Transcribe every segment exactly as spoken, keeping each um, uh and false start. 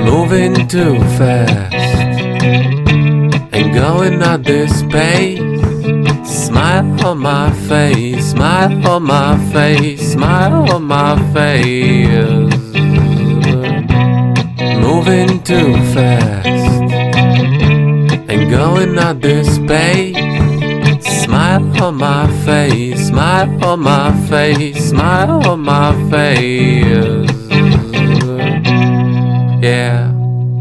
moving too fast and going at this pace. Smile on my face, smile on my face, smile on my face. Moving too fast and going at this pace. Smile on my face, smile on my face, smile on my face. Yeah.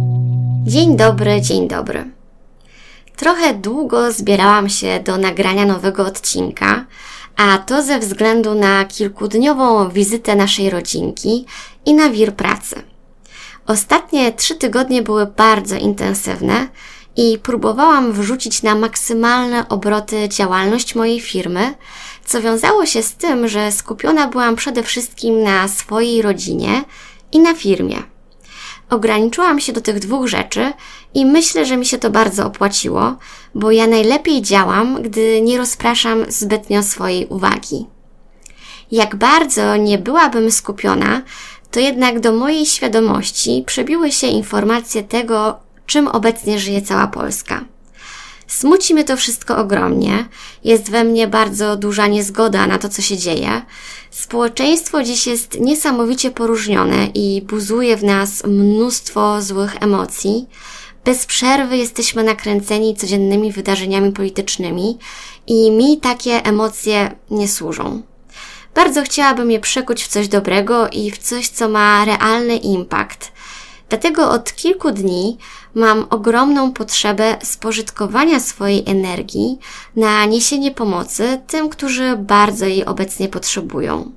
Dzień dobry, dzień dobry. Trochę długo zbierałam się do nagrania nowego odcinka, a to ze względu na kilkudniową wizytę naszej rodzinki i na wir pracy. Ostatnie trzy tygodnie były bardzo intensywne i próbowałam wrzucić na maksymalne obroty działalność mojej firmy, co wiązało się z tym, że skupiona byłam przede wszystkim na swojej rodzinie i na firmie. Ograniczyłam się do tych dwóch rzeczy i myślę, że mi się to bardzo opłaciło, bo ja najlepiej działam, gdy nie rozpraszam zbytnio swojej uwagi. Jak bardzo nie byłabym skupiona, to jednak do mojej świadomości przebiły się informacje tego, czym obecnie żyje cała Polska. Smuci mnie to wszystko ogromnie, jest we mnie bardzo duża niezgoda na to, co się dzieje. Społeczeństwo dziś jest niesamowicie poróżnione i buzuje w nas mnóstwo złych emocji. Bez przerwy jesteśmy nakręceni codziennymi wydarzeniami politycznymi i mi takie emocje nie służą. Bardzo chciałabym je przekuć w coś dobrego i w coś, co ma realny impact. Dlatego od kilku dni mam ogromną potrzebę spożytkowania swojej energii na niesienie pomocy tym, którzy bardzo jej obecnie potrzebują.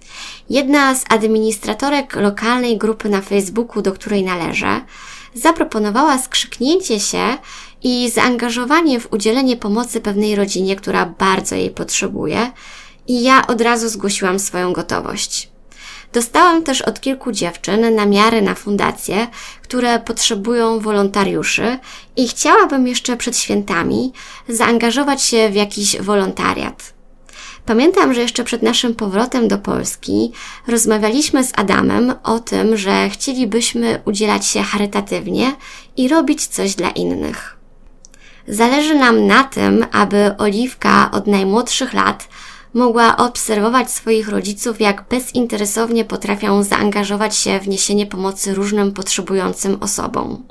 Jedna z administratorek lokalnej grupy na Facebooku, do której należę, zaproponowała skrzyknięcie się i zaangażowanie w udzielenie pomocy pewnej rodzinie, która bardzo jej potrzebuje, i ja od razu zgłosiłam swoją gotowość. Dostałam też od kilku dziewczyn namiary na fundacje, które potrzebują wolontariuszy i chciałabym jeszcze przed świętami zaangażować się w jakiś wolontariat. Pamiętam, że jeszcze przed naszym powrotem do Polski rozmawialiśmy z Adamem o tym, że chcielibyśmy udzielać się charytatywnie i robić coś dla innych. Zależy nam na tym, aby Oliwka od najmłodszych lat mogła obserwować swoich rodziców, jak bezinteresownie potrafią zaangażować się w niesienie pomocy różnym potrzebującym osobom.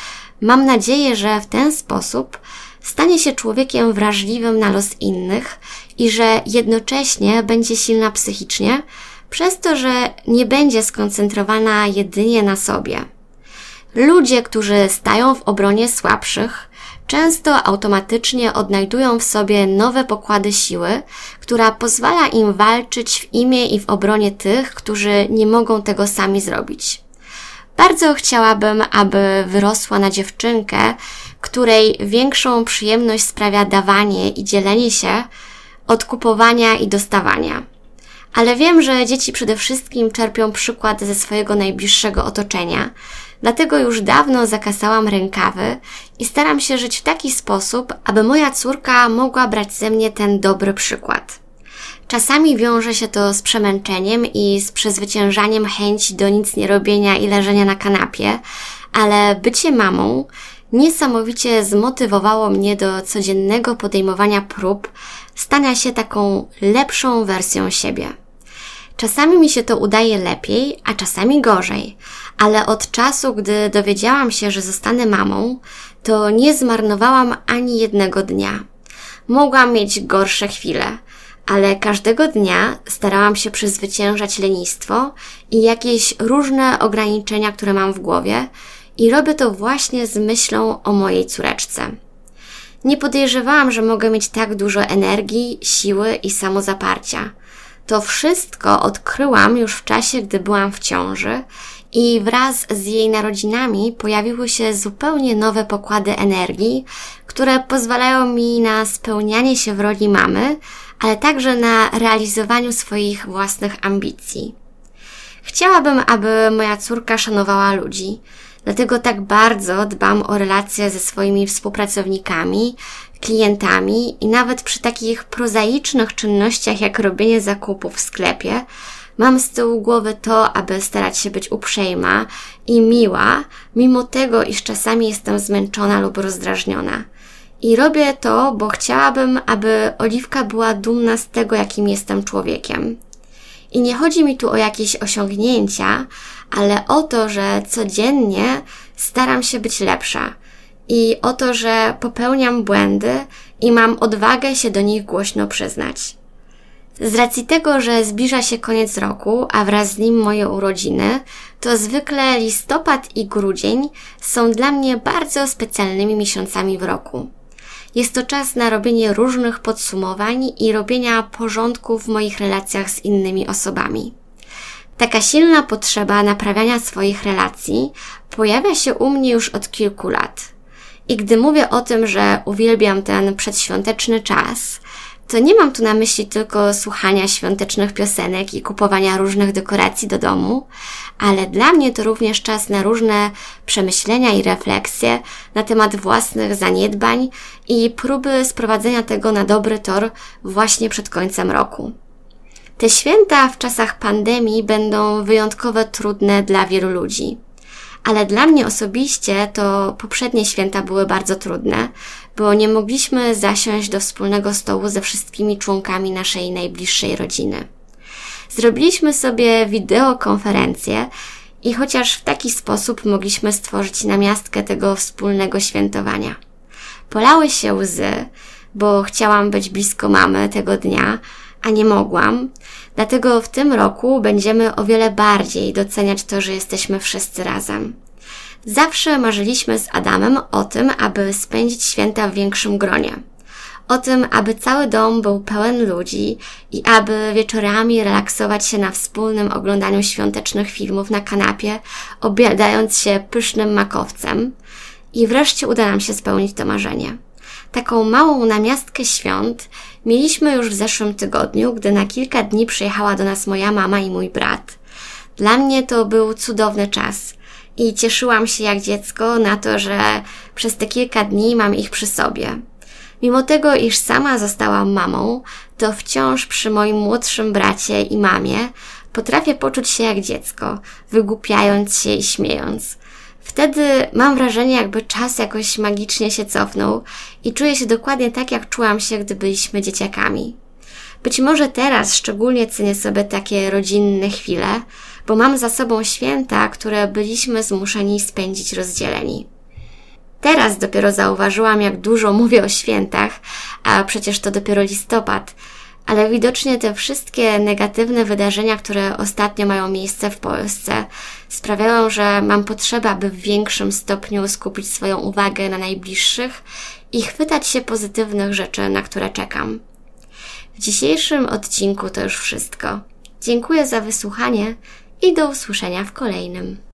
Mam nadzieję, że w ten sposób stanie się człowiekiem wrażliwym na los innych i że jednocześnie będzie silna psychicznie, przez to, że nie będzie skoncentrowana jedynie na sobie. Ludzie, którzy stają w obronie słabszych, często automatycznie odnajdują w sobie nowe pokłady siły, która pozwala im walczyć w imię i w obronie tych, którzy nie mogą tego sami zrobić. Bardzo chciałabym, aby wyrosła na dziewczynkę, której większą przyjemność sprawia dawanie i dzielenie się od kupowania i dostawania. Ale wiem, że dzieci przede wszystkim czerpią przykład ze swojego najbliższego otoczenia, dlatego już dawno zakasałam rękawy i staram się żyć w taki sposób, aby moja córka mogła brać ze mnie ten dobry przykład. Czasami wiąże się to z przemęczeniem i z przezwyciężaniem chęci do nic nie robienia i leżenia na kanapie, ale bycie mamą niesamowicie zmotywowało mnie do codziennego podejmowania prób stania się taką lepszą wersją siebie. Czasami mi się to udaje lepiej, a czasami gorzej, ale od czasu, gdy dowiedziałam się, że zostanę mamą, to nie zmarnowałam ani jednego dnia. Mogłam mieć gorsze chwile, ale każdego dnia starałam się przezwyciężać lenistwo i jakieś różne ograniczenia, które mam w głowie, i robię to właśnie z myślą o mojej córeczce. Nie podejrzewałam, że mogę mieć tak dużo energii, siły i samozaparcia. To wszystko odkryłam już w czasie, gdy byłam w ciąży i wraz z jej narodzinami pojawiły się zupełnie nowe pokłady energii, które pozwalają mi na spełnianie się w roli mamy, ale także na realizowaniu swoich własnych ambicji. Chciałabym, aby moja córka szanowała ludzi, dlatego tak bardzo dbam o relacje ze swoimi współpracownikami, klientami i nawet przy takich prozaicznych czynnościach jak robienie zakupów w sklepie mam z tyłu głowy to, aby starać się być uprzejma i miła, mimo tego, iż czasami jestem zmęczona lub rozdrażniona. I robię to, bo chciałabym, aby Oliwka była dumna z tego, jakim jestem człowiekiem. I nie chodzi mi tu o jakieś osiągnięcia, ale o to, że codziennie staram się być lepsza. I o to, że popełniam błędy i mam odwagę się do nich głośno przyznać. Z racji tego, że zbliża się koniec roku, a wraz z nim moje urodziny, to zwykle listopad i grudzień są dla mnie bardzo specjalnymi miesiącami w roku. Jest to czas na robienie różnych podsumowań i robienia porządku w moich relacjach z innymi osobami. Taka silna potrzeba naprawiania swoich relacji pojawia się u mnie już od kilku lat. I gdy mówię o tym, że uwielbiam ten przedświąteczny czas, to nie mam tu na myśli tylko słuchania świątecznych piosenek i kupowania różnych dekoracji do domu, ale dla mnie to również czas na różne przemyślenia i refleksje na temat własnych zaniedbań i próby sprowadzenia tego na dobry tor właśnie przed końcem roku. Te święta w czasach pandemii będą wyjątkowo trudne dla wielu ludzi. Ale dla mnie osobiście to poprzednie święta były bardzo trudne, bo nie mogliśmy zasiąść do wspólnego stołu ze wszystkimi członkami naszej najbliższej rodziny. Zrobiliśmy sobie wideokonferencję i chociaż w taki sposób mogliśmy stworzyć namiastkę tego wspólnego świętowania. Polały się łzy, bo chciałam być blisko mamy tego dnia, a nie mogłam. Dlatego w tym roku będziemy o wiele bardziej doceniać to, że jesteśmy wszyscy razem. Zawsze marzyliśmy z Adamem o tym, aby spędzić święta w większym gronie. O tym, aby cały dom był pełen ludzi i aby wieczorami relaksować się na wspólnym oglądaniu świątecznych filmów na kanapie, obiadając się pysznym makowcem. I wreszcie uda nam się spełnić to marzenie. Taką małą namiastkę świąt mieliśmy już w zeszłym tygodniu, gdy na kilka dni przyjechała do nas moja mama i mój brat. Dla mnie to był cudowny czas i cieszyłam się jak dziecko na to, że przez te kilka dni mam ich przy sobie. Mimo tego, iż sama zostałam mamą, to wciąż przy moim młodszym bracie i mamie potrafię poczuć się jak dziecko, wygłupiając się i śmiejąc. Wtedy mam wrażenie, jakby czas jakoś magicznie się cofnął i czuję się dokładnie tak, jak czułam się, gdy byliśmy dzieciakami. Być może teraz szczególnie cenię sobie takie rodzinne chwile, bo mam za sobą święta, które byliśmy zmuszeni spędzić rozdzieleni. Teraz dopiero zauważyłam, jak dużo mówię o świętach, a przecież to dopiero listopad, ale widocznie te wszystkie negatywne wydarzenia, które ostatnio mają miejsce w Polsce, sprawiają, że mam potrzebę, aby w większym stopniu skupić swoją uwagę na najbliższych i chwytać się pozytywnych rzeczy, na które czekam. W dzisiejszym odcinku to już wszystko. Dziękuję za wysłuchanie i do usłyszenia w kolejnym.